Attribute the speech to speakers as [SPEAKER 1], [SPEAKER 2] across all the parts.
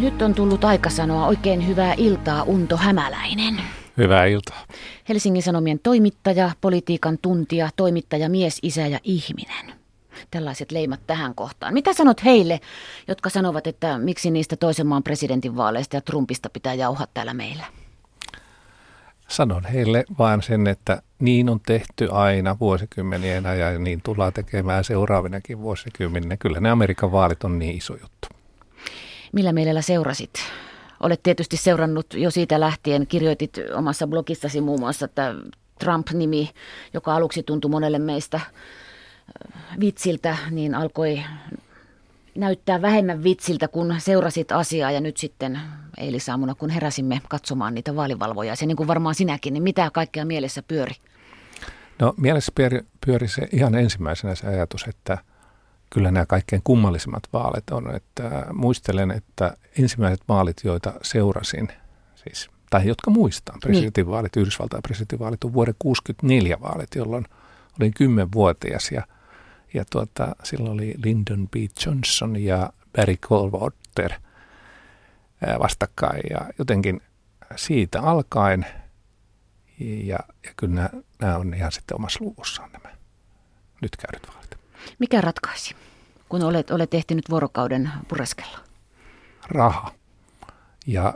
[SPEAKER 1] Nyt on tullut aika sanoa oikein hyvää iltaa, Unto Hämäläinen.
[SPEAKER 2] Hyvää iltaa.
[SPEAKER 1] Helsingin Sanomien toimittaja, politiikan tuntija, toimittaja, mies, isä ja ihminen. Tällaiset leimat tähän kohtaan. Mitä sanot heille, jotka sanovat, että miksi niistä toisen maan presidentinvaaleista ja Trumpista pitää jauhaa täällä meillä?
[SPEAKER 2] Sanon heille vaan sen, että niin on tehty aina vuosikymmenien ajan ja niin tullaan tekemään seuraavinakin vuosikymmeninä. Kyllä ne Amerikan vaalit on niin iso juttu.
[SPEAKER 1] Millä mielellä seurasit? Olet tietysti seurannut jo siitä lähtien. Kirjoitit omassa blogissasi muun muassa, että Trump-nimi, joka aluksi tuntui monelle meistä vitsiltä, niin alkoi näyttää vähemmän vitsiltä, kun seurasit asiaa. Ja nyt sitten eilisaamuna, kun heräsimme katsomaan niitä vaalivalvojaisia, niin kuin varmaan sinäkin, niin mitä kaikkea mielessä pyöri?
[SPEAKER 2] No mielessä pyöri se ihan ensimmäisenä se ajatus, että kyllä nämä kaikkein kummallisimmat vaalit on. Että muistelen, että ensimmäiset vaalit, joita seurasin, siis, tai jotka muistan, presidentinvaalit, Yhdysvaltain presidentinvaalit on vuoden 1964 vaalit, jolloin olin 10-vuotias ja silloin oli Lyndon B. Johnson ja Barry Goldwater vastakkain ja jotenkin siitä alkaen ja kyllä nämä on ihan sitten omassa luvussaan nämä nyt käydyt vaalit.
[SPEAKER 1] Mikä ratkaisi, kun olet ehtinyt vuorokauden pureskella?
[SPEAKER 2] Raha. Ja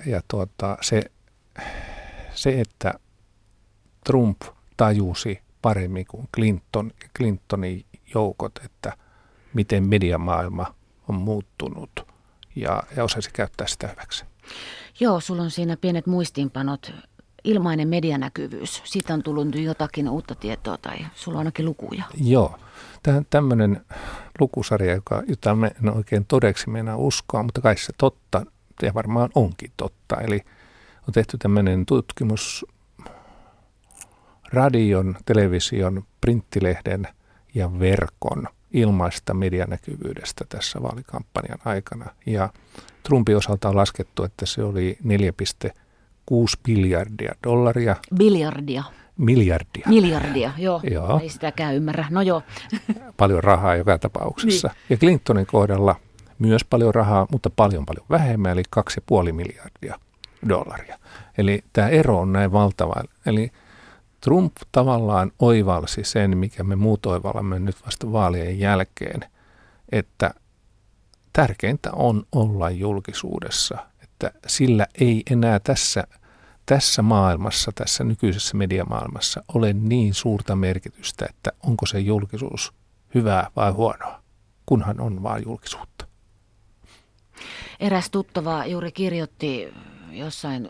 [SPEAKER 2] se, että Trump tajusi paremmin kuin Clintonin joukot, että miten mediamaailma on muuttunut ja osasi käyttää sitä hyväksi. Joo,
[SPEAKER 1] sulla on siinä pienet muistiinpanot. Ilmainen medianäkyvyys. Siitä on tullut jotakin uutta tietoa tai sulla on ainakin lukuja.
[SPEAKER 2] Joo. Tämä on tämmöinen lukusarja, jota me en oikein todeksi meinaa uskoa, mutta kai se totta ja varmaan onkin totta. Eli on tehty tämmöinen tutkimus radion, television, printtilehden ja verkon ilmaista medianäkyvyydestä tässä vaalikampanjan aikana. Ja Trumpin osalta on laskettu, että se oli 4,6 biljardia dollaria. Miljardia, joo. Ei
[SPEAKER 1] sitäkään ymmärrä. No joo.
[SPEAKER 2] Paljon rahaa joka tapauksessa. Niin. Ja Clintonin kohdalla myös paljon rahaa, mutta paljon vähemmän, eli 2,5 miljardia dollaria. Eli tämä ero on näin valtava. Eli Trump tavallaan oivalsi sen, mikä me muut oivallamme nyt vasta vaalien jälkeen, että tärkeintä on olla julkisuudessa, että sillä ei enää tässä maailmassa, tässä nykyisessä mediamaailmassa ole niin suurta merkitystä, että onko se julkisuus hyvää vai huonoa, kunhan on vaan julkisuutta.
[SPEAKER 1] Eräs tuttava juuri kirjoitti jossain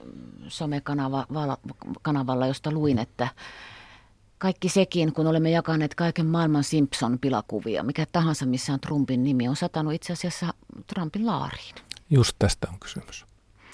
[SPEAKER 1] somekanavalla, josta luin, että kaikki sekin, kun olemme jakaneet kaiken maailman Simpson-pilakuvia, mikä tahansa, missä on Trumpin nimi, on satanut itse asiassa Trumpin laariin.
[SPEAKER 2] Just tästä on kysymys.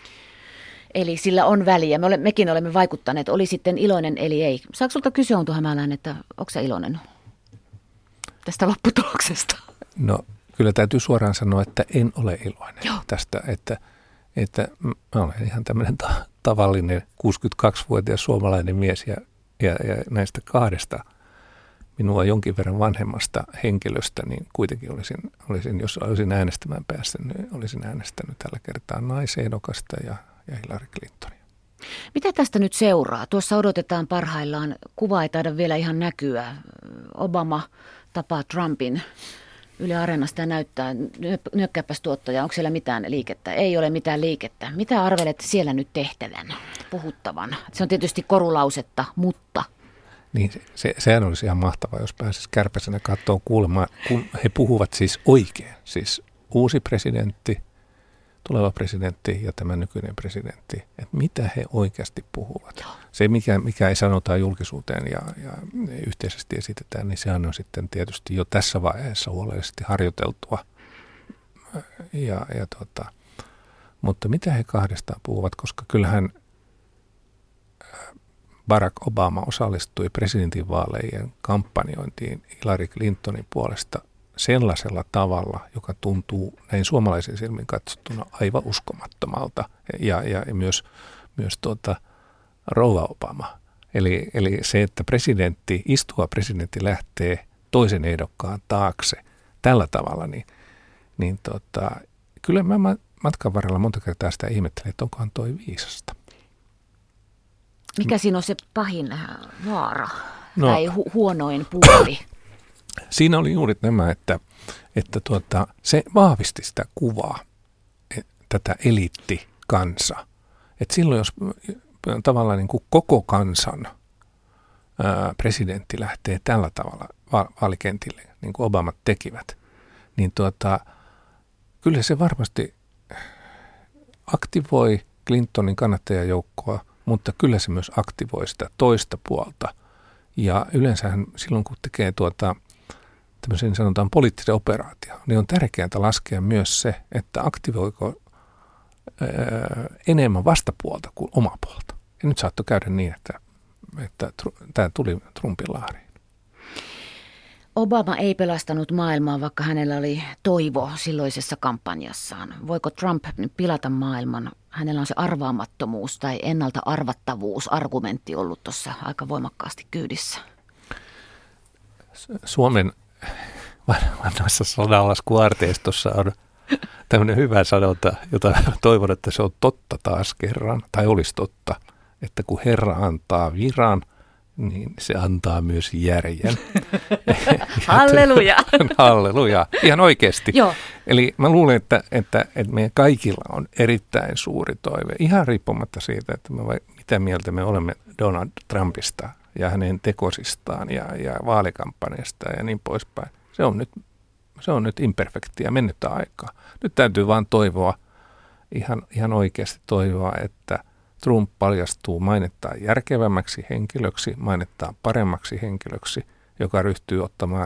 [SPEAKER 1] Eli sillä on väliä. Mekin olemme vaikuttaneet, oli sitten iloinen eli ei. Saako sulta kysyä, Unto Hämäläinen, että onko sä iloinen tästä lopputuloksesta?
[SPEAKER 2] No kyllä täytyy suoraan sanoa, että en ole iloinen tästä, että mä olen ihan tämmöinen tavallinen 62-vuotias suomalainen mies ja näistä kahdesta minua jonkin verran vanhemmasta henkilöstä, niin kuitenkin olisin, jos olisin äänestämään päässyt, niin olisin äänestänyt tällä kertaa naisehdokasta ja Hillary Clintonia.
[SPEAKER 1] Mitä tästä nyt seuraa? Tuossa odotetaan parhaillaan, kuva ei taida vielä ihan näkyä. Obama tapaa Trumpin. Yle Areenasta näyttää, nyökkääpäs tuottaja, onko siellä mitään liikettä? Ei ole mitään liikettä. Mitä arvelet siellä nyt tehtävän, puhuttavan? Se on tietysti korulausetta, mutta...
[SPEAKER 2] Niin, sehän olisi ihan mahtavaa, jos pääsisi kärpäsenä katsomaan kuulemaan, kun he puhuvat siis oikein. Siis uusi presidentti, tuleva presidentti ja tämä nykyinen presidentti, että mitä he oikeasti puhuvat. Se, mikä ei sanota julkisuuteen ja yhteisesti esitetään, niin sehän on sitten tietysti jo tässä vaiheessa huolellisesti harjoiteltua. Mutta mitä he kahdestaan puhuvat, koska kyllähän Barack Obama osallistui presidentinvaalejen kampanjointiin Hillary Clintonin puolesta sellaisella tavalla, joka tuntuu näin suomalaisen silmin katsottuna aivan uskomattomalta ja myös rouva Obama. Eli se, että istuva presidentti lähtee toisen ehdokkaan taakse tällä tavalla, niin kyllä matkan varrella monta kertaa sitä ihmettelin, että onkohan toi viisasta.
[SPEAKER 1] Mikä siinä on se pahin vaara tai huonoin puoli?
[SPEAKER 2] Siinä oli juuri nämä, että se vahvisti sitä kuvaa, tätä eliittikansaa. Että silloin, jos tavallaan niin kuin koko kansan presidentti lähtee tällä tavalla vaalikentille, niin kuin Obamat tekivät, niin kyllä se varmasti aktivoi Clintonin kannattajajoukkoa, mutta kyllä se myös aktivoi sitä toista puolta. Ja yleensähän silloin, kun tekee tämmöisen sanotaan poliittisen operaatio, niin on tärkeää laskea myös se, että aktivoiko enemmän vastapuolta kuin omapuolta. Ja nyt saattoi käydä niin, että tämä tuli Trumpin laariin.
[SPEAKER 1] Obama ei pelastanut maailmaa, vaikka hänellä oli toivo silloisessa kampanjassaan. Voiko Trump pilata maailman? Hänellä on se arvaamattomuus tai ennalta arvattavuus-argumentti ollut tuossa aika voimakkaasti kyydissä.
[SPEAKER 2] Suomen vanhassa sanallaskuarteistossa on tämmöinen hyvä sanonta, jota toivon, että se on totta taas kerran, tai olisi totta, että kun Herra antaa viran, niin se antaa myös järjen.
[SPEAKER 1] Halleluja!
[SPEAKER 2] Halleluja, ihan oikeasti.
[SPEAKER 1] Joo.
[SPEAKER 2] Eli mä luulen, että meidän kaikilla on erittäin suuri toive, ihan riippumatta siitä, että mitä mieltä me olemme Donald Trumpista ja hänen tekosistaan ja vaalikampanjasta ja niin poispäin. Se on nyt imperfektiä mennyttä aikaa. Nyt täytyy vaan toivoa, ihan oikeasti toivoa, että Trump paljastuu mainettaan järkevämmäksi henkilöksi, mainettaan paremmaksi henkilöksi, joka ryhtyy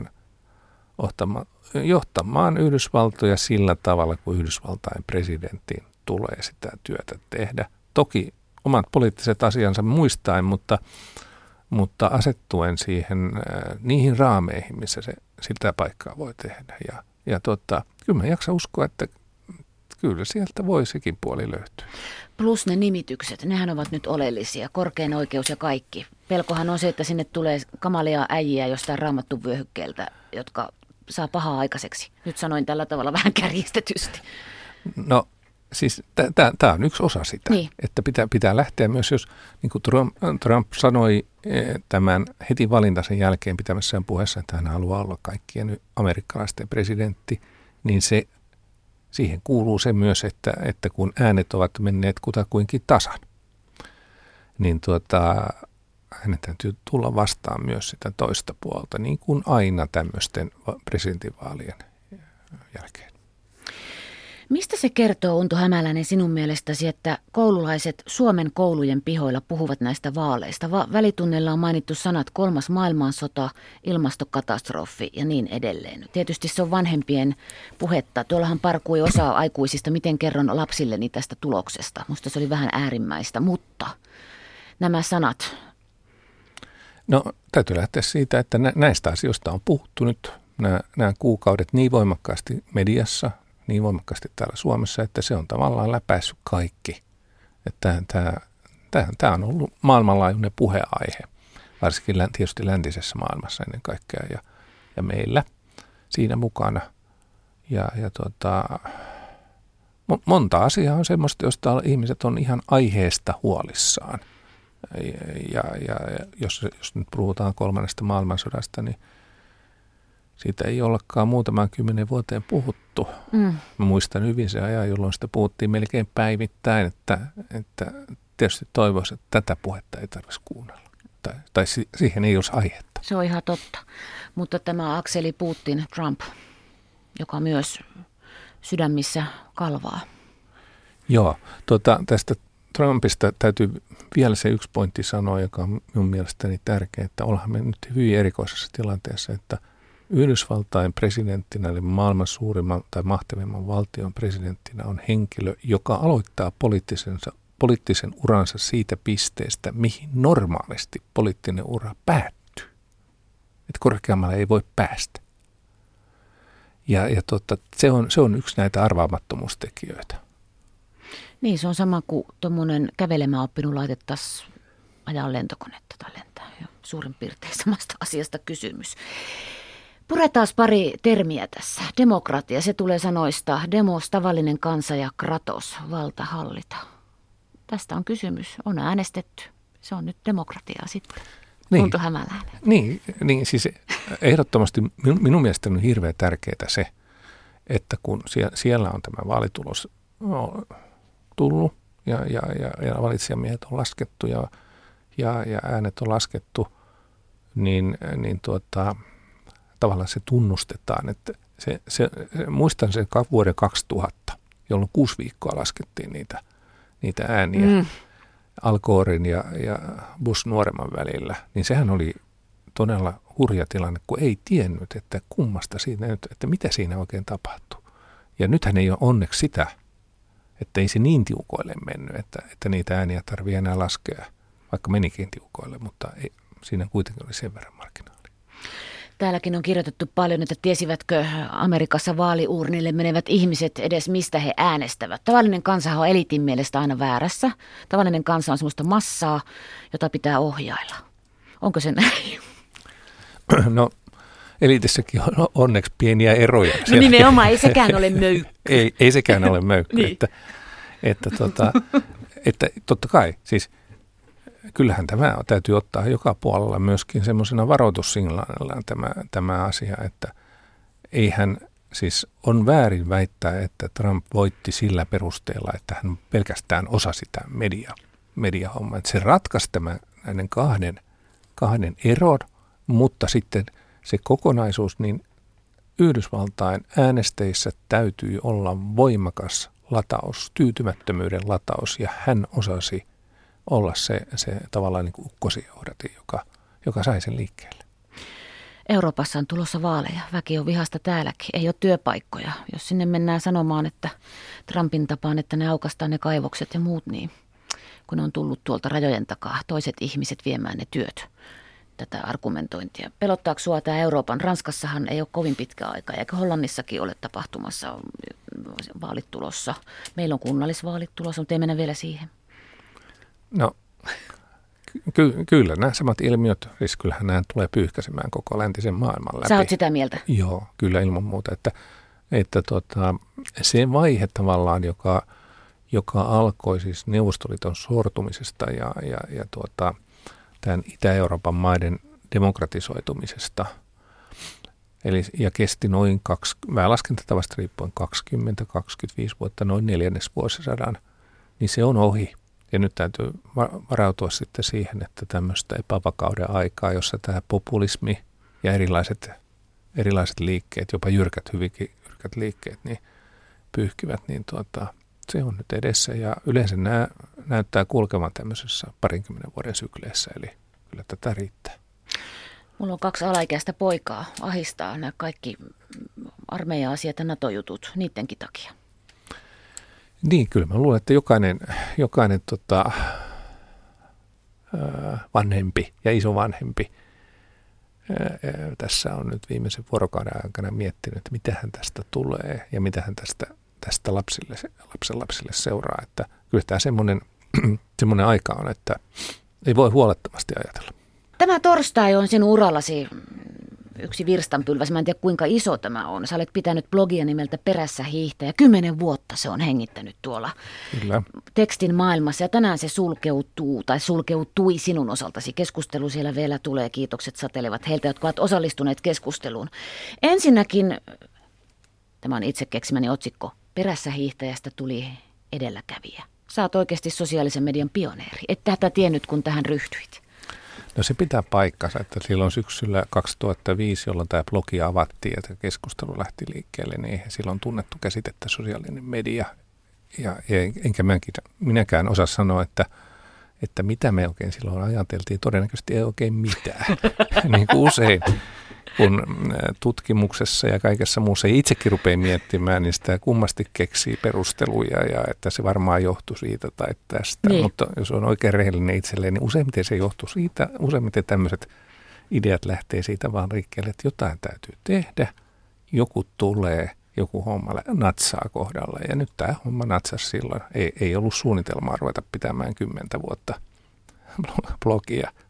[SPEAKER 2] johtamaan Yhdysvaltoja sillä tavalla, kun Yhdysvaltain presidenttiin tulee sitä työtä tehdä. Toki omat poliittiset asiansa muistaen, mutta asettuen niihin raameihin, missä se siltä paikkaa voi tehdä. Kyllä mä jaksan uskoa, että kyllä sieltä voi sekin puoli löytyä.
[SPEAKER 1] Plus ne nimitykset, nehän ovat nyt oleellisia, korkein oikeus ja kaikki. Pelkohan on se, että sinne tulee kamalia äijiä jostain raamattuvyöhykkeeltä, jotka saa pahaa aikaiseksi. Nyt sanoin tällä tavalla vähän kärjistetysti.
[SPEAKER 2] No siis tämä on yksi osa sitä, niin. Että pitää lähteä myös, jos niin kuin Trump sanoi tämän heti valintansa jälkeen pitämässään puheessa, että hän haluaa olla kaikkien amerikkalaisten presidentti, niin siihen kuuluu se myös, että kun äänet ovat menneet kutakuinkin tasan, niin hänen täytyy tulla vastaan myös sitä toista puolta, niin kuin aina tämmöisten presidentinvaalien jälkeen.
[SPEAKER 1] Mistä se kertoo, Unto Hämäläinen, sinun mielestäsi, että koululaiset Suomen koulujen pihoilla puhuvat näistä vaaleista? Välitunneilla on mainittu sanat 3. maailmansota, ilmastokatastrofi ja niin edelleen. Tietysti se on vanhempien puhetta. Tuollahan parkui osa aikuisista, miten kerron lapsilleni tästä tuloksesta. Musta se oli vähän äärimmäistä, mutta nämä sanat.
[SPEAKER 2] No täytyy lähteä siitä, että näistä asioista on puhuttu nyt nämä kuukaudet niin voimakkaasti mediassa, niin voimakkaasti täällä Suomessa, että se on tavallaan läpäissyt kaikki. Tämä on ollut maailmanlaajuinen puheaihe, varsinkin tietysti läntisessä maailmassa ennen kaikkea ja meillä siinä mukana. Monta asiaa on semmoista, josta ihmiset on ihan aiheesta huolissaan. Ja jos nyt puhutaan 3. maailmansodasta, niin siitä ei ollakaan muutamaan 10 vuoteen puhuttu. Mä muistan hyvin se ajan, jolloin sitä puhuttiin melkein päivittäin, että tietysti toivoisi, että tätä puhetta ei tarvitsisi kuunnella. Tai siihen ei olisi aihetta.
[SPEAKER 1] Se on ihan totta. Mutta tämä akseli Putin-Trump, joka myös sydämissä kalvaa.
[SPEAKER 2] Joo, tästä Trumpista täytyy vielä se yksi pointti sanoa, joka on minun mielestäni tärkeä, että ollaan me nyt hyvin erikoisessa tilanteessa, että Yhdysvaltain presidenttinä, eli maailman suurimman tai mahtavimman valtion presidenttinä on henkilö, joka aloittaa poliittisen uransa siitä pisteestä, mihin normaalisti poliittinen ura päättyy. Että korkeammalle ei voi päästä. Se on yksi näitä arvaamattomuustekijöitä.
[SPEAKER 1] Niin, se on sama kuin tuommoinen kävelemään oppinut laitettaisiin ajaa lentokonetta tai lentää. Suurin piirtein samasta asiasta kysymys. Puretaan pari termiä tässä. Demokratia, se tulee sanoista demos, tavallinen kansa, ja kratos, valta hallita. Tästä on kysymys. On äänestetty. Se on nyt demokratiaa sitten. Tuntuu hämäläinen.
[SPEAKER 2] Niin, siis ehdottomasti minun mielestäni on hirveän tärkeää se, että kun siellä on tämä vaalitulos tullut ja valitsijamiehet on laskettu ja äänet on laskettu, niin tavallaan se tunnustetaan, että muistan sen vuoden 2000, jolloin 6 viikkoa laskettiin niitä ääniä Al Goren ja Bush nuoremman välillä, niin sehän oli todella hurja tilanne, kun ei tiennyt, että kummasta siinä nyt, että mitä siinä oikein tapahtuu. Ja nythän ei ole onneksi sitä, että ei se niin tiukoille mennyt, että niitä ääniä tarvii enää laskea, vaikka menikin tiukoille, mutta siinä kuitenkin oli sen verran marginaali.
[SPEAKER 1] Täälläkin on kirjoitettu paljon, että tiesivätkö Amerikassa vaaliuurnille menevät ihmiset edes mistä he äänestävät. Tavallinen kansa on eliitin mielestä aina väärässä. Tavallinen kansa on sellaista massaa, jota pitää ohjailla. Onko se näin?
[SPEAKER 2] No eliitissäkin on onneksi pieniä eroja.
[SPEAKER 1] No nimenomaan, ei sekään ole möykky.
[SPEAKER 2] ei sekään ole möykky.
[SPEAKER 1] Niin.
[SPEAKER 2] Että totta kai, siis kyllähän tämä täytyy ottaa joka puolella myöskin semmoisena varoitussignaalilla tämä asia, että eihän siis on väärin väittää, että Trump voitti sillä perusteella, että hän pelkästään osasi tämän mediahomma. Että se ratkaisi näiden kahden eron, mutta sitten se kokonaisuus, niin Yhdysvaltain äänestäjissä täytyy olla voimakas lataus, tyytymättömyyden lataus, ja hän osasi olla se tavallaan niin kuin ukkosijohdati, joka sai sen liikkeelle.
[SPEAKER 1] Euroopassa on tulossa vaaleja. Väki on vihasta täälläkin. Ei ole työpaikkoja. Jos sinne mennään sanomaan, että Trumpin tapaan, että ne aukastaan ne kaivokset ja muut, niin kun ne on tullut tuolta rajojen takaa, toiset ihmiset viemään ne työt. Tätä argumentointia. Pelottaako sinua tämä Euroopan? Ranskassahan ei ole kovin pitkä aika, eikä Hollannissakin ole tapahtumassa vaalit tulossa. Meillä on kunnallisvaalit tulossa, mutta ei mennä vielä siihen.
[SPEAKER 2] No, kyllä nämä samat ilmiöt, siis kyllähän nämä tulee pyyhkäisemään koko läntisen maailman läpi.
[SPEAKER 1] Sä oot sitä mieltä?
[SPEAKER 2] Joo, kyllä ilman muuta, että se vaihe tavallaan, joka alkoi siis Neuvostoliiton sortumisesta ja tämän Itä-Euroopan maiden demokratisoitumisesta, ja kesti noin mä laskentatavasta riippuen 20-25 vuotta, noin 4. vuosisadan, niin se on ohi. Ja nyt täytyy varautua sitten siihen, että tämmöistä epävakauden aikaa, jossa tämä populismi ja erilaiset liikkeet, jopa hyvinkin jyrkät liikkeet, niin pyyhkivät, niin se on nyt edessä. Ja yleensä nämä näyttää kulkevan tämmöisessä 20 vuoden sykleissä, eli kyllä tätä riittää.
[SPEAKER 1] Mulla on 2 alaikäistä poikaa, ahistaa nämä kaikki armeija-asiat ja NATO-jutut niidenkin takia.
[SPEAKER 2] Niin, kyllä mä luulen, että jokainen vanhempi ja isovanhempi tässä on nyt viimeisen vuorokauden aikana miettinyt, että mitähän tästä tulee ja mitähän tästä lapsenlapsille seuraa. Että kyllä tämä semmoinen aika on, että ei voi huolettomasti ajatella.
[SPEAKER 1] Tämä torstai on sinun urallasi yksi virstanpylväs. Mä en tiedä, kuinka iso tämä on. Sä olet pitänyt blogia nimeltä Perässä hiihtäjä. 10 vuotta se on hengittänyt tuolla
[SPEAKER 2] Kyllä.
[SPEAKER 1] tekstin maailmassa. Ja tänään se sulkeutui sinun osaltasi. Keskustelu siellä vielä tulee. Kiitokset satelevat heiltä, jotka ovat osallistuneet keskusteluun. Ensinnäkin, tämä on itse keksimäni otsikko, Perässä hiihtäjästä tuli edelläkävijä. Sä oot oikeasti sosiaalisen median pioneeri. Et tätä tiennyt, kun tähän ryhtyit.
[SPEAKER 2] No se pitää paikkansa, että silloin syksyllä 2005, jolloin tämä blogi avattiin ja keskustelu lähti liikkeelle, niin eihän silloin tunnettu käsitettä sosiaalinen media. Ja enkä minäkään osaa sanoa, että mitä me oikein silloin ajateltiin. Todennäköisesti ei oikein mitään. Niin kuin usein, kun tutkimuksessa ja kaikessa muussa itsekin rupeaa miettimään, niin sitä kummasti keksii perusteluja ja että se varmaan johtuu siitä tai tästä. Niin. Mutta jos on oikein rehellinen itselleen, niin useimmiten se johtuu siitä. Useimmiten tämmöiset ideat lähtee siitä vaan liikkeelle, että jotain täytyy tehdä. Joku tulee, joku homma natsaa kohdalla ja nyt tämä homma natsasi silloin. Ei ollut suunnitelmaa ruveta pitämään 10 vuotta blogia,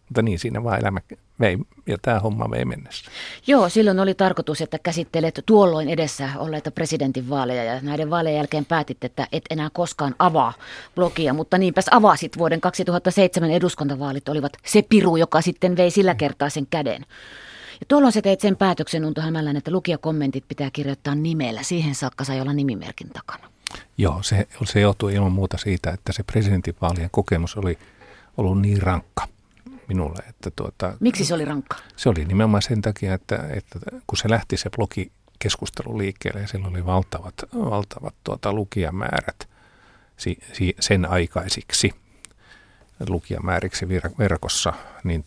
[SPEAKER 2] Mutta niin siinä vaan elämä vei ja tämä homma vei mennessä.
[SPEAKER 1] Joo, silloin oli tarkoitus, että käsittelet tuolloin edessä olleita presidentinvaaleja ja näiden vaalien jälkeen päätit, että et enää koskaan avaa blogia, mutta niinpäs avasit. Vuoden 2007 eduskuntavaalit olivat se piru, joka sitten vei sillä kertaa sen käden. Ja tuolloin sä teit sen päätöksen, Unto Hämäläinen, että lukijakommentit pitää kirjoittaa nimellä. Siihen saakka sai olla nimimerkin takana.
[SPEAKER 2] Joo, se johtui ilman muuta siitä, että se presidentinvaalien kokemus oli ollut niin rankka minulle. Että
[SPEAKER 1] miksi se oli rankka?
[SPEAKER 2] Se oli nimenomaan sen takia, että kun se lähti se blogikeskustelu liikkeelle ja silloin oli valtavat lukijamäärät sen aikaisiksi lukijamääriksi verkossa, niin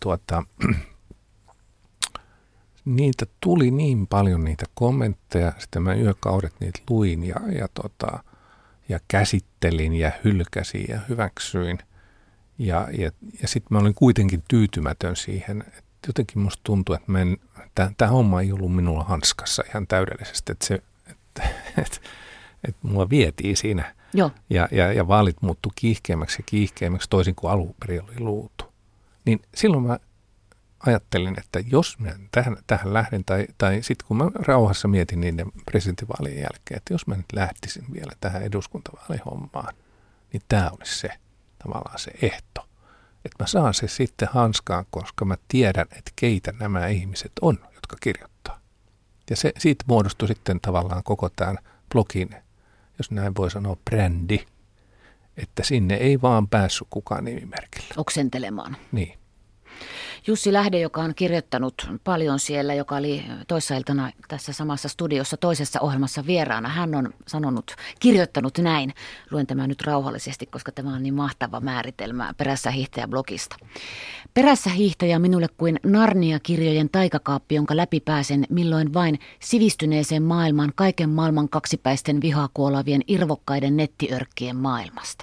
[SPEAKER 2] niitä tuli niin paljon niitä kommentteja, sitten mä yökaudet niitä luin ja käsittelin ja hylkäsin ja hyväksyin. Ja sitten mä olin kuitenkin tyytymätön siihen, että jotenkin musta tuntui, että tämä homma ei ollut minulla hanskassa ihan täydellisesti, että mua vietiin siinä.
[SPEAKER 1] Joo.
[SPEAKER 2] Ja vaalit muuttui kiihkeämmäksi toisin kuin alun perin oli luultu. Niin silloin mä ajattelin, että jos mä tähän lähden, tai sitten kun mä rauhassa mietin niiden presidentinvaalien jälkeen, että jos mä nyt lähtisin vielä tähän eduskuntavaalihommaan, niin tämä olisi se tavallaan se ehto. Että mä saan se sitten hanskaan, koska mä tiedän, että keitä nämä ihmiset on, jotka kirjoittaa. Ja siitä muodostui sitten tavallaan koko tämän blogin, jos näin voi sanoa, brändi, että sinne ei vaan päässyt kukaan nimimerkillä.
[SPEAKER 1] Oksentelemaan.
[SPEAKER 2] Niin.
[SPEAKER 1] Jussi Lähde, joka on kirjoittanut paljon siellä, joka oli toissailtana tässä samassa studiossa toisessa ohjelmassa vieraana, hän on kirjoittanut näin. Luen tämän nyt rauhallisesti, koska tämä on niin mahtava määritelmä Perässä hiihtäjä blogista. Perässä hiihtäjä minulle kuin Narnia-kirjojen taikakaappi, jonka läpi pääsen milloin vain sivistyneeseen maailmaan kaiken maailman kaksipäisten vihaa kuolavien irvokkaiden nettiörkkien maailmasta.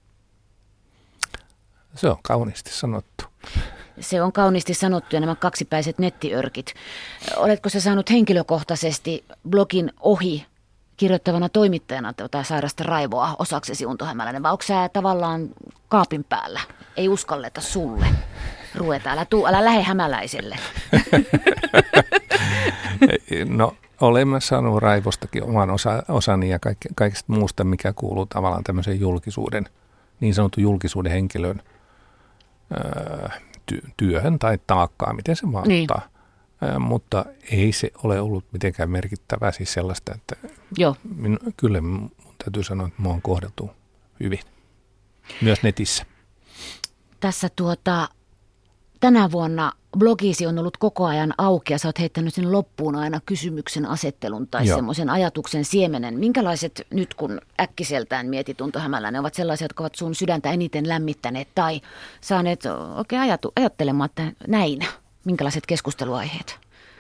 [SPEAKER 2] Se on kauniisti sanottu.
[SPEAKER 1] Se on kauniisti sanottu ja nämä kaksipäiset nettiörkit. Oletko sä saanut henkilökohtaisesti blogin ohi kirjoittavana toimittajana sairasta raivoa osaksesi, Unto Hämäläinen, vai onko sä tavallaan kaapin päällä? Ei uskalleta sulle ruveta, älä lähde hämäläiselle.
[SPEAKER 2] No, olen mä saanut raivostakin oman osani ja kaikesta muusta, mikä kuuluu tavallaan tämmöisen julkisuuden, niin sanotun julkisuuden henkilön työhön tai taakkaa, miten se maattaa. Niin. Mutta ei se ole ollut mitenkään merkittävää siis sellaista, että kyllä mun täytyy sanoa, että mua on kohdeltu hyvin. Myös netissä.
[SPEAKER 1] Tässä tänä vuonna blogisi on ollut koko ajan auki ja sä oot heittänyt sen loppuun aina kysymyksen asettelun tai semmoisen ajatuksen siemenen. Minkälaiset nyt kun äkkiseltään mietit, Unto Hämäläinen, ovat sellaisia, jotka ovat sun sydäntä eniten lämmittäneet tai saaneet oikein ajattelemaan, että näin, minkälaiset keskusteluaiheet?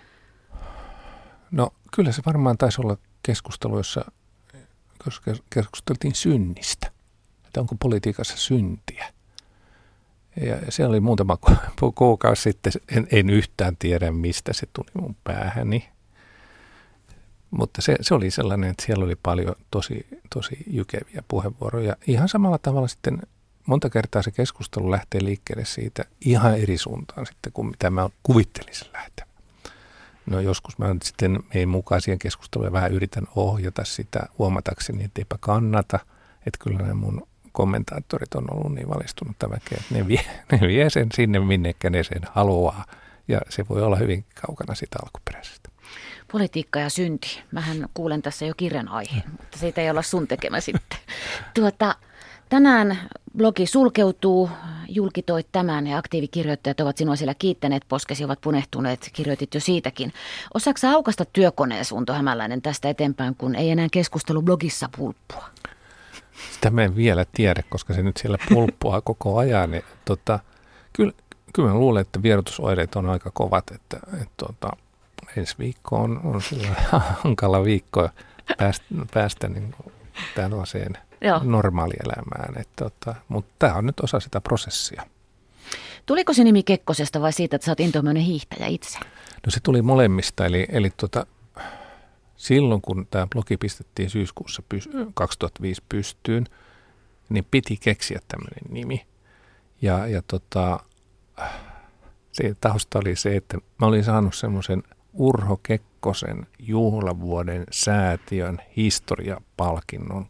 [SPEAKER 2] No kyllä se varmaan taisi olla keskustelu, jossa keskusteltiin synnistä, että onko politiikassa syntiä. Ja se oli muutama kuukausi sitten, en yhtään tiedä mistä se tuli mun päähäni, mutta se oli sellainen, että siellä oli paljon tosi jykeviä puheenvuoroja. Ihan samalla tavalla sitten monta kertaa se keskustelu lähtee liikkeelle siitä ihan eri suuntaan sitten kuin mitä mä kuvittelisin lähteä. No joskus mä sitten meidän mukaan siihen keskusteluun vähän yritän ohjata sitä huomatakseni, että eipä kannata, että kyllä nämä mun kommentaattorit on ollut niin valistunutta väkeä, että ne vie sen sinne, minnekä ne sen haluaa. Ja se voi olla hyvin kaukana siitä alkuperäisestä.
[SPEAKER 1] Politiikka ja synti. Mähän kuulen tässä jo kirjan aiheen, mutta siitä ei olla sun tekemä sitten. Tänään blogi sulkeutuu, julkitoit tämän ja aktiivikirjoittajat ovat sinua siellä kiittäneet, poskesi ovat punehtuneet, kirjoitit jo siitäkin. Osaatko sä aukaista työkoneesi, Unto Hämäläinen, tästä eteenpäin, kun ei enää keskustelu blogissa pulppua?
[SPEAKER 2] Sitä mä en vielä tiedä, koska se nyt siellä pulppua koko ajan. Niin, kyllä mä luulen, että vierotusoireet on aika kovat, että ensi viikko on sillä hankala viikko päästä niin tällaiseen normaalielämään. Mutta tämä on nyt osa sitä prosessia.
[SPEAKER 1] Tuliko se nimi Kekkosesta vai siitä, että sä oot intohimoinen hiihtäjä itse?
[SPEAKER 2] No se tuli molemmista, eli silloin kun tämä blogi pistettiin syyskuussa 2005 pystyyn, niin piti keksiä tämmöinen nimi. Ja Se tausta oli se, että mä olin saanut semmoisen Urho Kekkosen juhlavuoden säätiön historiapalkinnon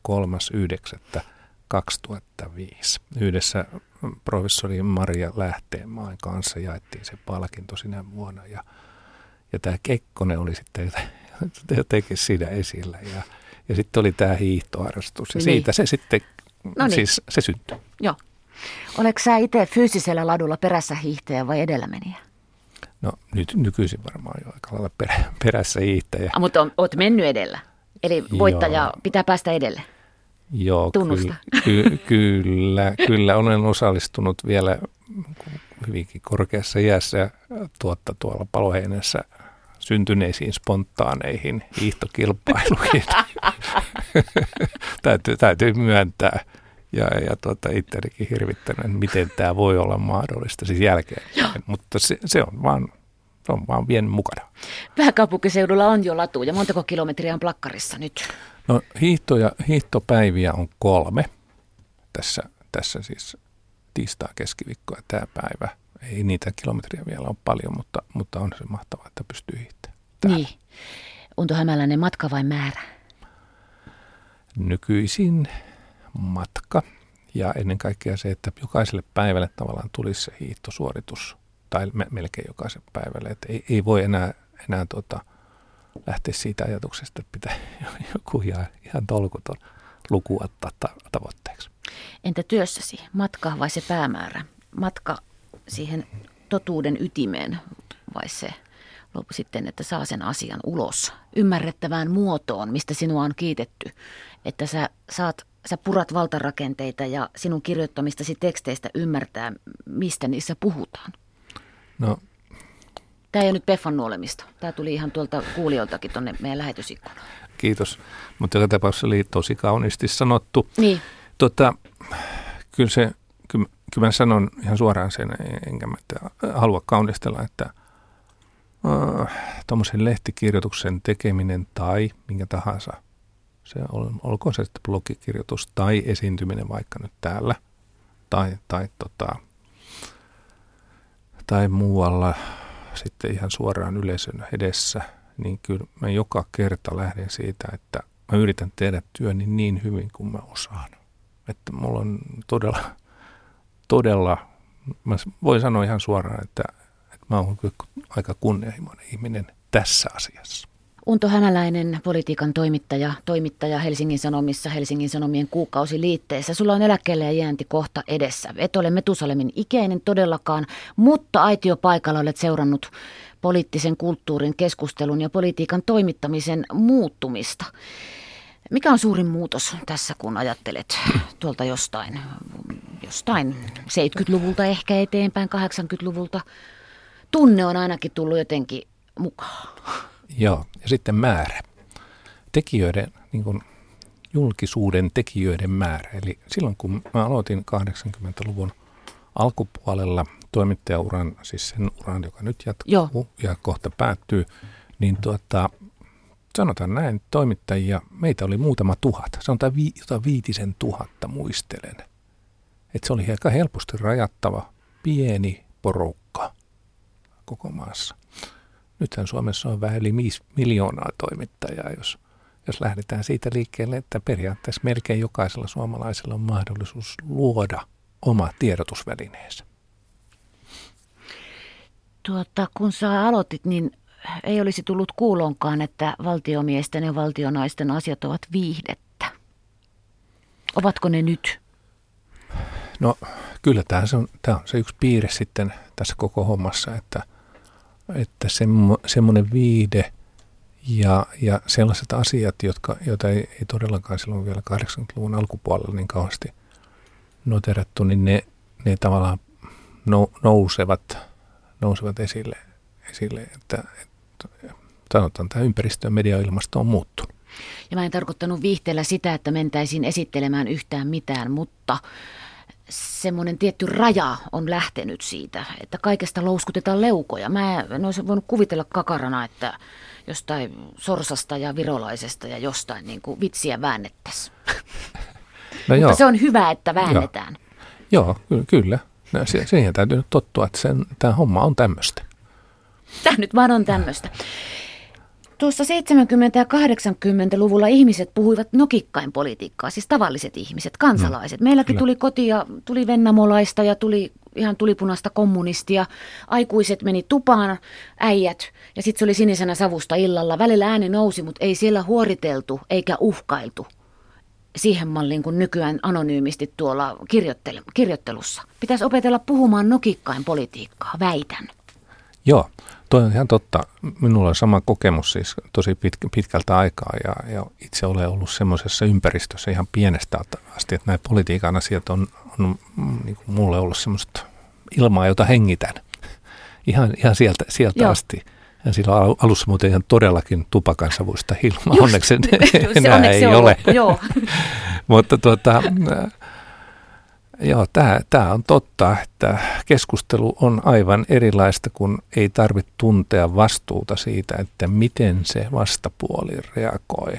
[SPEAKER 2] 3.9.2005. Yhdessä professori Maria Lähteenmaan kanssa jaettiin se palkinto sinä vuonna ja tämä Kekkonen oli sitten jotenkin siinä esillä ja sitten oli tämä hiihtoharrastus ja siitä se sitten, siis se syntyi.
[SPEAKER 1] Joo. Oletko sä itse fyysisellä ladulla perässä hiihtäjä vai edellämeniä?
[SPEAKER 2] No nyt nykyisin varmaan jo aika lailla perässä hiihtäjä.
[SPEAKER 1] Mutta oot mennyt edellä, eli voittaja pitää päästä edelle.
[SPEAKER 2] Joo,
[SPEAKER 1] tunnusta.
[SPEAKER 2] Kyllä olen osallistunut vielä hyvinkin korkeassa iässä tuolla Paloheinässä syntyneisiin spontaaneihin hiihtokilpailuihin. täytyy myöntää. Ja itseänikin hirvittänyt, miten tämä voi olla mahdollista siis jälkeen. Mutta se on vaan vienyt mukana.
[SPEAKER 1] Pääkaupunkiseudulla on jo latu ja montako kilometriä on plakkarissa nyt?
[SPEAKER 2] No hiihtopäiviä on 3. Tässä siis tiistai, keskiviikko ja tämä päivä. Ei niitä kilometriä vielä ole paljon, mutta on se mahtavaa, että pystyy hiihtämään.
[SPEAKER 1] Niin. Unto Hämäläinen, matka vai määrä?
[SPEAKER 2] Nykyisin matka ja ennen kaikkea se, että jokaiselle päivälle tavallaan tulisi se hiihtosuoritus tai melkein jokaiselle päivälle. Että ei voi enää lähteä siitä ajatuksesta, että pitää joku ihan tolkuton luku ottaa tavoitteeksi. Entä
[SPEAKER 1] työssäsi, matka vai se päämäärä? Matka siihen totuuden ytimeen vai se sitten, että saa sen asian ulos ymmärrettävään muotoon, mistä sinua on kiitetty, että sä purat valtarakenteita ja sinun kirjoittamistasi teksteistä ymmärtää, mistä niissä puhutaan.
[SPEAKER 2] No.
[SPEAKER 1] Tämä ei ole nyt Peffan nuolemista. Tämä tuli ihan tuolta kuulijoiltakin tuonne meidän lähetysikkunaan.
[SPEAKER 2] Kiitos. Mutta joka tapauksessa oli tosi kauniisti sanottu.
[SPEAKER 1] Niin.
[SPEAKER 2] Kyllä mä sanon ihan suoraan sen, enkä mä halua kaunistella, että tuommoisen lehtikirjoituksen tekeminen tai minkä tahansa, olkoon se sitten blogikirjoitus tai esiintyminen vaikka nyt täällä tai muualla sitten ihan suoraan yleisön edessä, niin kyllä mä joka kerta lähden siitä, että mä yritän tehdä työni niin hyvin kuin mä osaan. Että mulla on todella, mä voin sanoa ihan suoraan, että mä oon aika kunnianhimoinen ihminen tässä asiassa.
[SPEAKER 1] Unto Hämäläinen, politiikan toimittaja Helsingin Sanomissa, Helsingin Sanomien kuukausiliitteessä. Sulla on eläkkeelle ja jäänti kohta edessä. Et ole Metusalemin ikäinen todellakaan, mutta aitiopaikalla olet seurannut poliittisen kulttuurin, keskustelun ja politiikan toimittamisen muuttumista. Mikä on suurin muutos tässä, kun ajattelet tuolta jostain 70-luvulta ehkä eteenpäin, 80-luvulta? Tunne on ainakin tullut jotenkin mukaan.
[SPEAKER 2] Joo, ja sitten määrä. Tekijöiden, niin kuin julkisuuden tekijöiden määrä. Eli silloin kun mä aloitin 80-luvun alkupuolella toimittajauran, siis sen uran, joka nyt jatkuu ja kohta päättyy, niin sanotaan näin, toimittajia, meitä oli muutama tuhat. Sanotaan jotain 5,000 muistelen. Että se oli aika helposti rajattava pieni porukka koko maassa. Nythän Suomessa on vähän yli 5 miljoonaa toimittajaa, jos lähdetään siitä liikkeelle, että periaatteessa melkein jokaisella suomalaisella on mahdollisuus luoda oma tiedotusvälineensä.
[SPEAKER 1] Kun sä aloitit, niin ei olisi tullut kuuloonkaan, että valtiomiesten ja valtionaisten asiat ovat viihdettä. Ovatko ne nyt?
[SPEAKER 2] No kyllä tämä on se yksi piirre sitten tässä koko hommassa, että semmoinen viihde ja sellaiset asiat, joita ei todellakaan silloin vielä 80-luvun alkupuolella niin kauheasti noterattu, niin ne tavallaan nousevat esille, että sanotaan, tämä ympäristö- ja mediailmasto on muuttunut.
[SPEAKER 1] Ja mä en tarkoittanut viihteellä sitä, että mentäisiin esittelemään yhtään mitään, mutta semmoinen tietty raja on lähtenyt siitä, että kaikesta louskutetaan leukoja. Mä en olisi voinut kuvitella kakarana, että jostain Sorsasta ja Virolaisesta ja jostain niin kuin vitsiä väännettäisiin. No mutta se on hyvä, että väännetään.
[SPEAKER 2] Joo, kyllä. No, siihen täytyy nyt tottua, että tämä homma on tämmöistä.
[SPEAKER 1] Tämä nyt vaan on tämmöistä. Tuossa 70- ja 80-luvulla ihmiset puhuivat nokikkain politiikkaa, siis tavalliset ihmiset, kansalaiset. Meilläkin tuli kotia, tuli vennamolaista ja tuli ihan tulipunasta kommunistia. Aikuiset meni tupaan, äijät, ja sitten se oli sinisenä savusta illalla. Välillä ääni nousi, mutta ei siellä huoriteltu eikä uhkailtu siihen malliin kuin nykyään anonyymisti tuolla kirjoittelussa. Pitäisi opetella puhumaan nokikkain politiikkaa, väitän.
[SPEAKER 2] Joo, toi on ihan totta. Minulla on sama kokemus siis tosi pitkältä aikaa ja itse olen ollut semmoisessa ympäristössä ihan pienestä asti, että nämä politiikan asiat on niin kuin mulle ollut semmoista ilmaa, jota hengitän ihan sieltä asti. Ja silloin alussa muuten ihan todellakin tupakansavuista ilmaa, onneksi enää ei ole. Joo. Mutta joo, tämä on totta, että keskustelu on aivan erilaista, kun ei tarvitse tuntea vastuuta siitä, että miten se vastapuoli reagoi.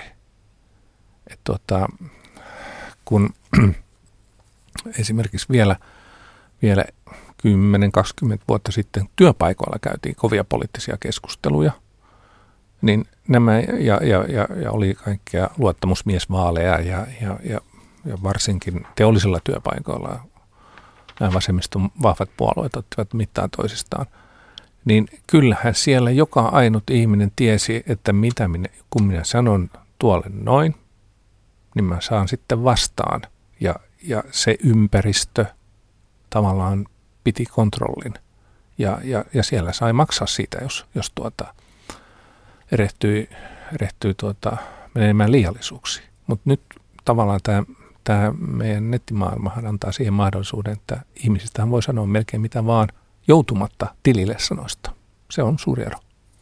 [SPEAKER 2] Kun esimerkiksi vielä 10-20 vuotta sitten työpaikoilla käytiin kovia poliittisia keskusteluja, niin nämä ja oli kaikkea luottamusmiesvaaleja ja varsinkin teollisilla työpaikoilla nämä vasemmiston vahvat puolueet ottivat mittaan toisistaan, niin kyllähän siellä joka ainut ihminen tiesi, että kun minä sanon tuolle noin, niin mä saan sitten vastaan. Ja se ympäristö tavallaan piti kontrollin. Ja siellä sai maksaa siitä, jos erehtyi menemään liiallisuuksiin. Mutta nyt tavallaan tämä meidän nettimaailmahan antaa siihen mahdollisuuden, että ihmisistähän voi sanoa melkein mitä vaan joutumatta tilille sanoista. Se on suuri ero.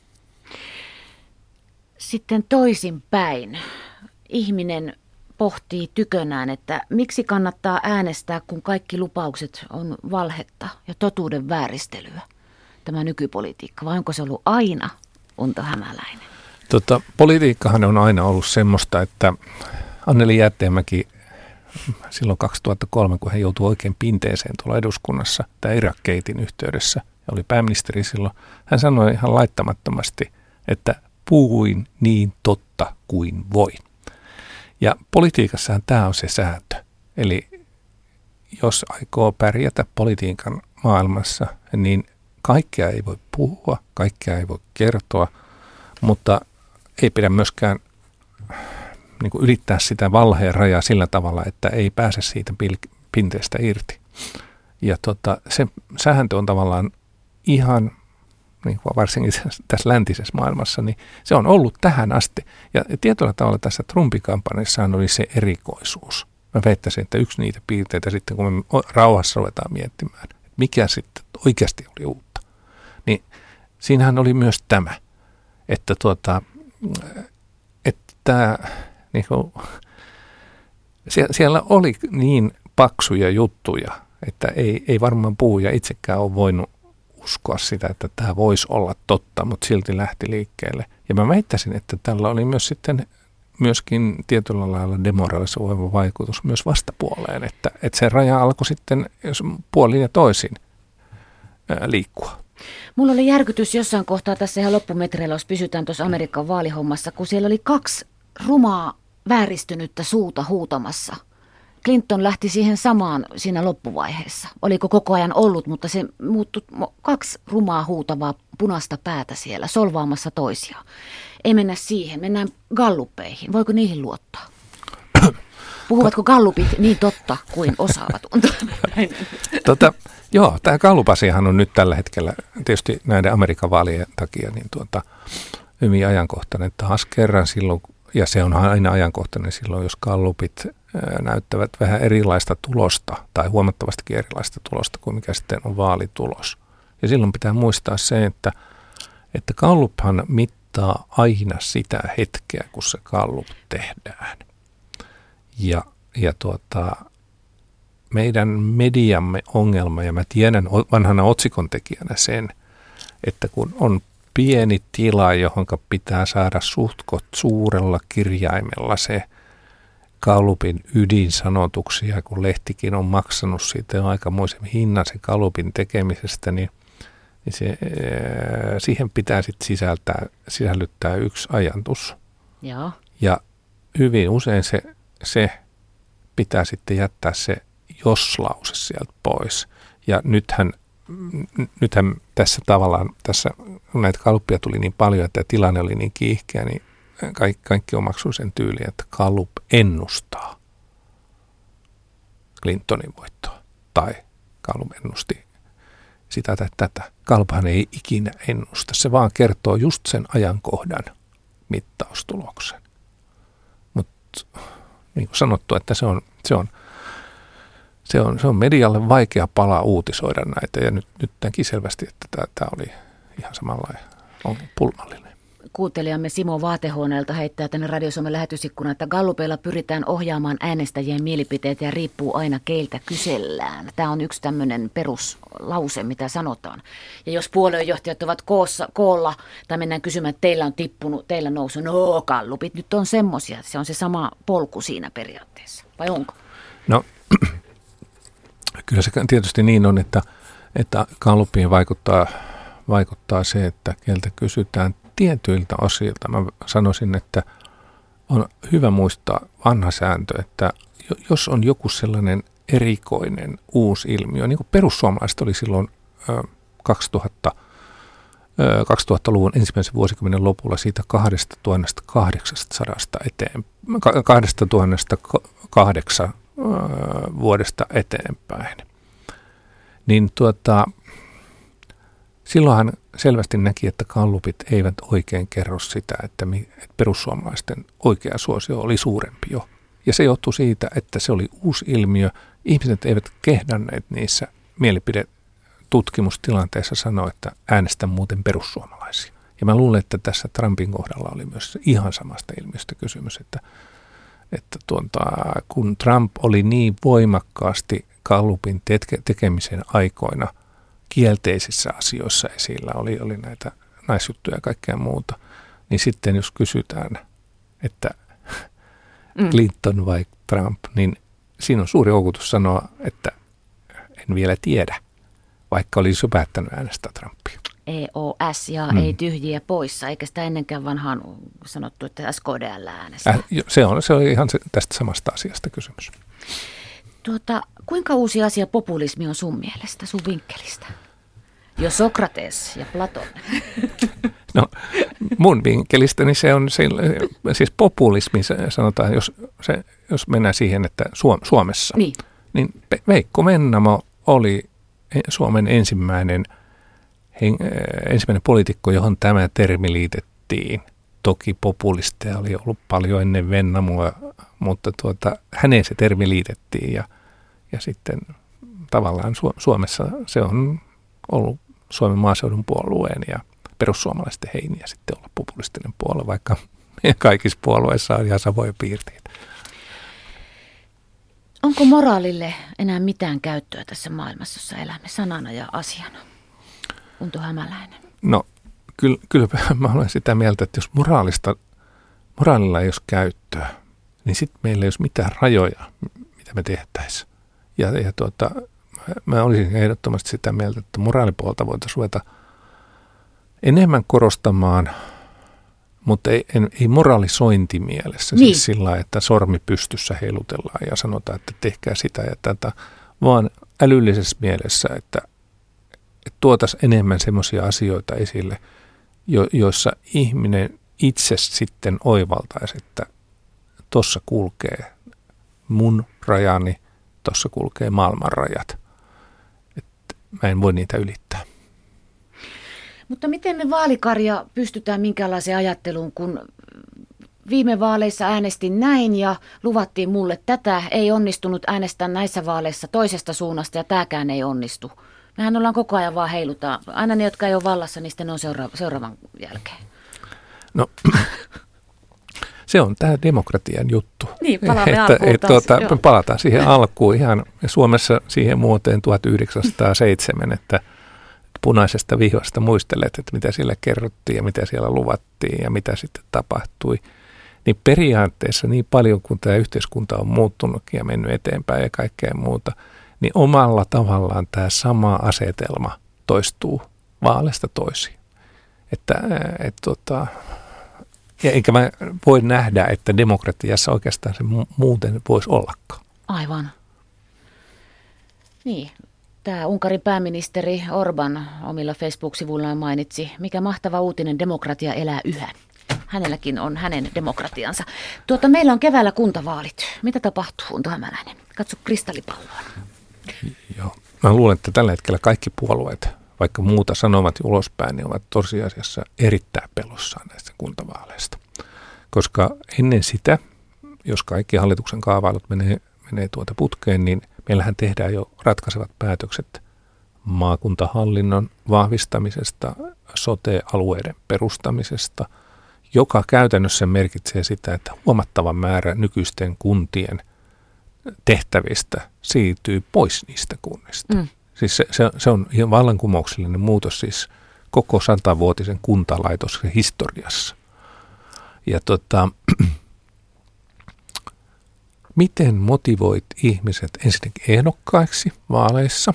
[SPEAKER 1] Sitten toisinpäin. Ihminen pohtii tykönään, että miksi kannattaa äänestää, kun kaikki lupaukset on valhetta ja totuuden vääristelyä. Tämä nykypolitiikka, vai onko se ollut aina Unto Hämäläinen?
[SPEAKER 2] Politiikkahan on aina ollut semmoista, että Anneli Jäätteenmäki silloin 2003, kun hän joutui oikein pinteeseen tuolla eduskunnassa, tämä Irak-keitin yhteydessä, ja oli pääministeri silloin, hän sanoi ihan laittamattomasti, että puhuin niin totta kuin voin. Ja politiikassahan tämä on se sääntö. Eli jos aikoo pärjätä politiikan maailmassa, niin kaikkea ei voi puhua, kaikkea ei voi kertoa, mutta ei pidä myöskään niin kuin ylittää sitä valheen rajaa sillä tavalla, että ei pääse siitä pinteestä irti. Ja se sääntö on tavallaan ihan, niin kuin varsinkin tässä läntisessä maailmassa, niin se on ollut tähän asti. Ja tietyllä tavalla tässä Trumpin kampanjassahan oli se erikoisuus. Mä väittäisin, että yksi niitä piirteitä sitten, kun me rauhassa ruvetaan miettimään, että mikä sitten oikeasti oli uutta. Niin siinähän oli myös tämä, että niin kuin, siellä oli niin paksuja juttuja, että ei varmaan puhuja itsekään ole voinut uskoa sitä, että tämä voisi olla totta, mutta silti lähti liikkeelle. Ja mä väittäisin, että tällä oli myös sitten myöskin tietyllä lailla demoralisoiva vaikutus myös vastapuoleen, että se raja alkoi sitten puolin ja toisin liikkua.
[SPEAKER 1] Mulla oli järkytys jossain kohtaa tässä ihan loppumetreillä, jos pysytään tuossa Amerikan vaalihommassa, kun siellä oli 2 rumaa vääristynyttä suuta huutamassa. Clinton lähti siihen samaan siinä loppuvaiheessa. Oliko koko ajan ollut, mutta se muuttui 2 rumaa huutavaa punaista päätä siellä solvaamassa toisiaan. Ei mennä siihen, mennään gallupeihin. Voiko niihin luottaa? Puhuvatko gallupit niin totta kuin osaavat?
[SPEAKER 2] Joo, tämä gallupasiahan on nyt tällä hetkellä tietysti näiden Amerikan vaalien takia niin hyvin ajankohtainen taas kerran silloin, ja se on aina ajankohtainen silloin, jos gallupit näyttävät vähän erilaista tulosta tai huomattavastikin erilaista tulosta kuin mikä sitten on vaalitulos. Ja silloin pitää muistaa se, että galluphan mittaa aina sitä hetkeä, kun se gallup tehdään. Ja meidän mediamme ongelma, ja mä tiedän vanhana otsikontekijänä sen, että kun on pieni tila, johon pitää saada suhtkot suurella kirjaimella se Gallupin ydinsanotuksia, kun lehtikin on maksanut siitä jo aikamoisen hinnan sen Gallupin tekemisestä, niin siihen pitää sitten sisällyttää yksi ajatus.
[SPEAKER 1] Joo.
[SPEAKER 2] Ja hyvin usein se pitää sitten jättää se jos-lause sieltä pois. Ja nythän tässä tavallaan, kun näitä Gallupia tuli niin paljon, että tilanne oli niin kiihkeä, niin kaikki omaksui sen tyyliin, että Gallup ennustaa Clintonin voittoa. Tai Gallup ennusti sitä tai tätä. Galluphan ei ikinä ennusta. Se vaan kertoo just sen ajankohdan mittaustuloksen. Mutta niin kuin sanottu, että se on medialle vaikea pala uutisoida näitä. Ja nyt näki selvästi, että tämä oli ihan samanlainen pulmallinen.
[SPEAKER 1] Kuuntelijamme Simo Vaatehuoneelta heittää tänne Radio Suomen lähetysikkunaan, että gallupeilla pyritään ohjaamaan äänestäjien mielipiteitä ja riippuu aina keiltä kysellään. Tämä on yksi tämmöinen peruslause, mitä sanotaan. Ja jos puoluejohtajat ovat koolla tai mennään kysymään, että teillä on tippunut, teillä nousu, no gallupit nyt on semmoisia. Se on se sama polku siinä periaatteessa, vai onko?
[SPEAKER 2] No kyllä se tietysti niin on, että gallupiin vaikuttaa se, että keiltä kysytään tietyiltä osilta. Mä sanoisin, että on hyvä muistaa vanha sääntö, että jos on joku sellainen erikoinen uusi ilmiö, niin kuin perussuomalaiset oli silloin 2000-luvun ensimmäisen vuosikymmenen lopulla siitä 2008 vuodesta eteenpäin, niin silloinhan selvästi näki, että gallupit eivät oikein kerro sitä, että perussuomalaisten oikea suosio oli suurempi jo. Ja se johtui siitä, että se oli uusi ilmiö. Ihmiset eivät kehdänneet niissä mielipidetutkimustilanteissa sanoa, että äänestä muuten perussuomalaisia. Ja mä luulen, että tässä Trumpin kohdalla oli myös ihan samasta ilmiöstä kysymys, että kun Trump oli niin voimakkaasti gallupin tekemisen aikoina kielteisissä asioissa esillä, oli näitä naisjuttuja ja kaikkea muuta, niin sitten jos kysytään, että Clinton vai Trump, niin siinä on suuri houkutus sanoa, että en vielä tiedä, vaikka olisi jo päättänyt äänestää Trumpia.
[SPEAKER 1] EOS ja ei tyhjiä poissa, eikä sitä ennenkään vanhaan sanottu, että SKDL äänestää.
[SPEAKER 2] Se on ihan tästä samasta asiasta kysymys.
[SPEAKER 1] Kuinka uusi asia populismi on sun mielestä, sun vinkkelistä? Jo Sokrates ja Platon.
[SPEAKER 2] No mun vinkkelistäni se on siis populismi, sanotaan, jos mennään siihen, että Suomessa, niin Veikko Vennamo oli Suomen ensimmäinen poliitikko, johon tämä termi liitettiin. Toki populisteja oli ollut paljon ennen Vennamoa, mutta häneen se termi liitettiin ja sitten tavallaan Suomessa se on ollut Suomen maaseudun puolueen ja perussuomalaisten heiniä sitten olla populistinen puolue, vaikka kaikissa puolueissa on ihan samoja piirteitä.
[SPEAKER 1] Onko moraalille enää mitään käyttöä tässä maailmassa, jossa elämme sanana ja asiana? Unto Hämäläinen.
[SPEAKER 2] No kyllä mä olen sitä mieltä, että jos moraalilla ei olisi käyttöä, niin sitten meillä ei olisi mitään rajoja, mitä me tehtäisiin. Ja mä olisin ehdottomasti sitä mieltä, että moraalipuolta voitaisiin ruveta enemmän korostamaan, mutta ei moralisointimielessä, siis sillä lailla, että sormi pystyssä heilutellaan ja sanotaan, että tehkää sitä ja tätä, vaan älyllisessä mielessä, että tuotaisiin enemmän semmoisia asioita esille, joissa ihminen itse sitten oivaltaisi, että tuossa kulkee mun rajani, tuossa kulkee maailman rajat. Että mä en voi niitä ylittää.
[SPEAKER 1] Mutta miten me vaalikarja pystytään minkälaiseen ajatteluun, kun viime vaaleissa äänestin näin ja luvattiin mulle tätä, ei onnistunut äänestää näissä vaaleissa toisesta suunnasta ja tämäkään ei onnistu. Mehän ollaan koko ajan vaan heilutaan. Aina ne, jotka ei ole vallassa, niin sitten ne on seuraavan jälkeen. No,
[SPEAKER 2] se on tämä demokratian juttu.
[SPEAKER 1] Niin, palaamme alkuun taas.
[SPEAKER 2] Palataan siihen alkuun ihan Suomessa siihen vuoteen 1907, että punaisesta vihvasta muistelet, että mitä siellä kerrottiin ja mitä siellä luvattiin ja mitä sitten tapahtui. Niin periaatteessa niin paljon kuin tämä yhteiskunta on muuttunutkin ja mennyt eteenpäin ja kaikkea muuta, niin omalla tavallaan tämä sama asetelma toistuu vaaleista toisiin. Ja eikä mä voi nähdä, että demokratiassa oikeastaan se muuten voisi ollakaan.
[SPEAKER 1] Aivan. Niin, tämä Unkarin pääministeri Orban omilla Facebook-sivuillaan mainitsi, mikä mahtava uutinen, demokratia elää yhä. Hänelläkin on hänen demokratiansa. Meillä on keväällä kuntavaalit. Mitä tapahtuu, Unto Hämäläinen? Katso kristallipalloon.
[SPEAKER 2] Joo. Mä luulen, että tällä hetkellä kaikki puolueet, vaikka muuta sanovat ulospäin, niin ovat tosiasiassa erittäin pelossaan näistä kuntavaaleista. Koska ennen sitä, jos kaikki hallituksen kaavailut menee putkeen, niin meillähän tehdään jo ratkaisevat päätökset maakuntahallinnon vahvistamisesta, sote-alueiden perustamisesta, joka käytännössä merkitsee sitä, että huomattava määrä nykyisten kuntien tehtävistä siirtyy pois niistä kunnista. Siis se on ihan vallankumouksellinen muutos siis koko 100-vuotisen kuntalaitoksen historiassa. Ja miten motivoit ihmiset ensinnäkin ehdokkaiksi vaaleissa,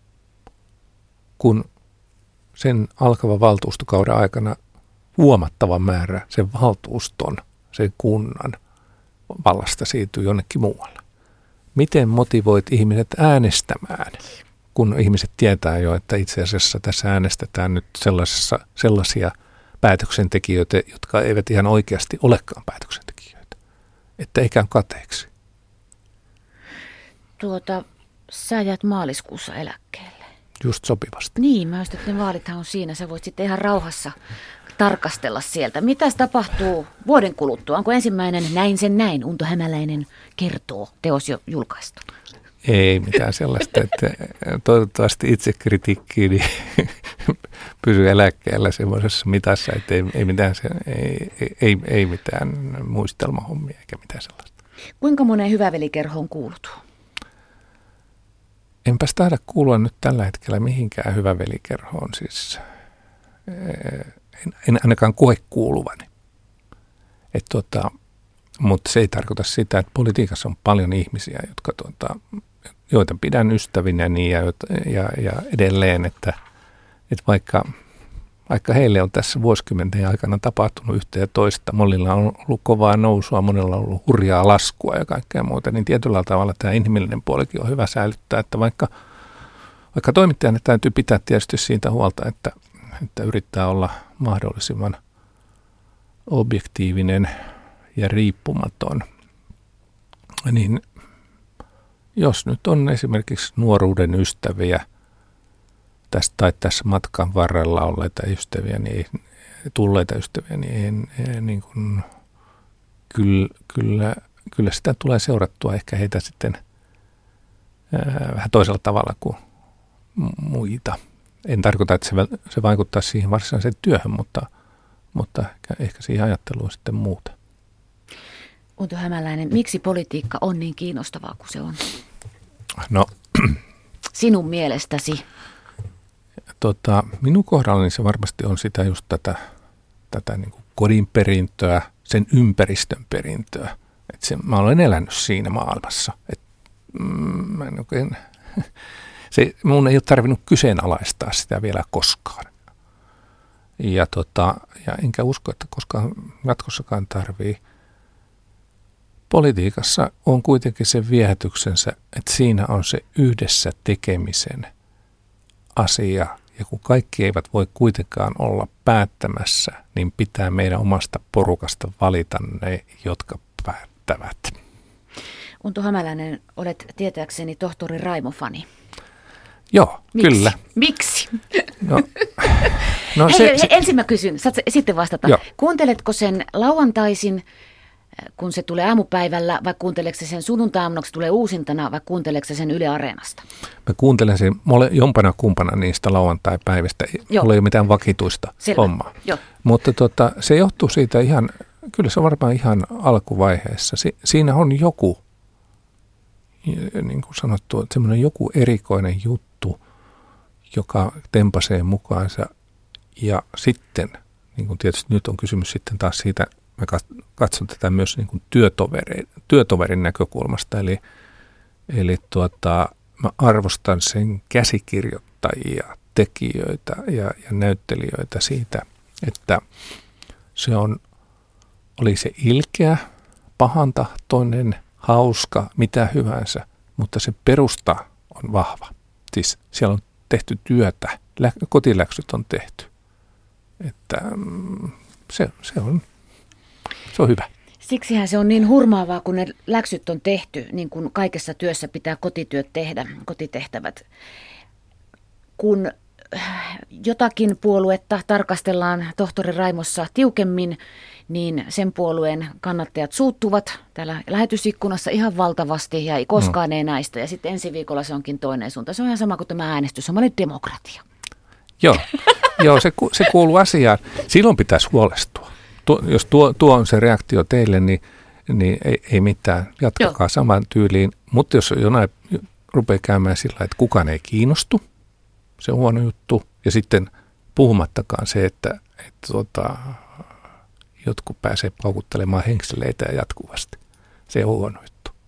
[SPEAKER 2] kun sen alkavan valtuustokauden aikana huomattava määrä sen valtuuston, sen kunnan vallasta siirtyy jonnekin muualle? Miten motivoit ihmiset äänestämään, kun ihmiset tietää jo, että itse asiassa tässä äänestetään nyt sellaisia päätöksentekijöitä, jotka eivät ihan oikeasti olekaan päätöksentekijöitä, että ikään kateeksi?
[SPEAKER 1] Sä jäät maaliskuussa eläkkeelle.
[SPEAKER 2] Just sopivasti.
[SPEAKER 1] Niin, mä ajattelin, että ne vaalithan on siinä. Sä voit sitten ihan rauhassa tarkastella sieltä. Mitäs tapahtuu vuoden kuluttua? Onko ensimmäinen Näin sen näin, Unto Hämäläinen kertoo teos jo julkaistu?
[SPEAKER 2] Ei mitään sellaista, että toivottavasti itsekritiikkiin pysyy eläkkeellä semmoisessa mitassa, että ei mitään muistelmahommia eikä mitään sellaista.
[SPEAKER 1] Kuinka moneen hyvävelikerhoon kuulutuu?
[SPEAKER 2] Enpäs taida kuulua nyt tällä hetkellä mihinkään hyvävelikerhoon, siis en ainakaan koe kuuluvani. Mutta se ei tarkoita sitä, että politiikassa on paljon ihmisiä, joita pidän ystävinäni ja edelleen, että vaikka heille on tässä vuosikymmenten aikana tapahtunut yhtä ja toista, monilla on ollut kovaa nousua, monella on ollut hurjaa laskua ja kaikkea muuta, niin tietyllä tavalla tämä inhimillinen puolikin on hyvä säilyttää, että vaikka toimittajana täytyy pitää tietysti siitä huolta, että yrittää olla mahdollisimman objektiivinen ja riippumaton, niin jos nyt on esimerkiksi nuoruuden ystäviä tässä matkan varrella olleita ystäviä, niin tulleita ystäviä, niin kyllä sitä tulee seurattua ehkä heitä sitten vähän toisella tavalla kuin muita. En tarkoita, että se vaikuttaa siihen varsinaiseen työhön, mutta ehkä siihen ajatteluun sitten muuta.
[SPEAKER 1] Unto Hämäläinen, miksi politiikka on niin kiinnostavaa kuin se on?
[SPEAKER 2] No,
[SPEAKER 1] sinun mielestäsi?
[SPEAKER 2] Minun kohdallani se varmasti on sitä just tätä niin kuin kodin perintöä, sen ympäristön perintöä. Mä olen elänyt siinä maailmassa. Mun ei ole tarvinnut kyseenalaistaa sitä vielä koskaan. Ja enkä usko, että koskaan jatkossakaan tarvii. Politiikassa on kuitenkin se viehätyksensä, että siinä on se yhdessä tekemisen asia. Ja kun kaikki eivät voi kuitenkaan olla päättämässä, niin pitää meidän omasta porukasta valita ne, jotka päättävät.
[SPEAKER 1] Unto Hämäläinen, olet tietääkseni tohtori Raimo-fani.
[SPEAKER 2] Joo,
[SPEAKER 1] miksi?
[SPEAKER 2] Kyllä.
[SPEAKER 1] Miksi?
[SPEAKER 2] No,
[SPEAKER 1] ensin mä kysyn, saat sitten vastata.
[SPEAKER 2] Joo.
[SPEAKER 1] Kuunteletko sen lauantaisin, kun se tulee aamupäivällä, vai kuunteleeko sen sunnuntaamuna, kun se tulee uusintana, vai kuunteleeko sen Yle Areenasta?
[SPEAKER 2] Mä kuuntelen sen jompana kumpana niistä lauantai-päivistä. Mulla ei ole mitään vakituista hommaa.
[SPEAKER 1] Joo.
[SPEAKER 2] Mutta se johtuu siitä kyllä se on varmaan ihan alkuvaiheessa. Siinä on joku, niin kuin sanottu, semmoinen joku erikoinen juttu, joka tempasee mukaansa. Ja sitten, niin kuin tietysti nyt on kysymys sitten taas siitä mä katson tätä myös niin kuin työtoverin näkökulmasta, eli mä arvostan sen käsikirjoittajia, tekijöitä ja näyttelijöitä siitä, että oli se ilkeä, pahantahtoinen, hauska, mitä hyvänsä, mutta se perusta on vahva. Siis siellä on tehty työtä, kotiläksyt on tehty. Että se on hyvä.
[SPEAKER 1] Siksihän se on niin hurmaavaa, kun ne läksyt on tehty, niin kuin kaikessa työssä pitää kotityöt tehdä, kotitehtävät. Kun jotakin puoluetta tarkastellaan tohtori Raimossa tiukemmin, niin sen puolueen kannattajat suuttuvat täällä lähetysikkunassa ihan valtavasti ja koskaan ei näistä. Ja sitten ensi viikolla se onkin toinen suunta. Se on ihan sama kuin tämä äänestys, semmoinen demokratia.
[SPEAKER 2] Joo, se kuuluu asiaan. Silloin pitäisi huolestua. Jos tuo on se reaktio teille, niin ei mitään. Jatkakaa saman tyyliin. Mutta jos jonain rupeaa käymään sillä, että kukaan ei kiinnostu, se on huono juttu. Ja sitten puhumattakaan se, että jotkut pääsee paukuttelemaan henkseleitä jatkuvasti. Se on huono juttu.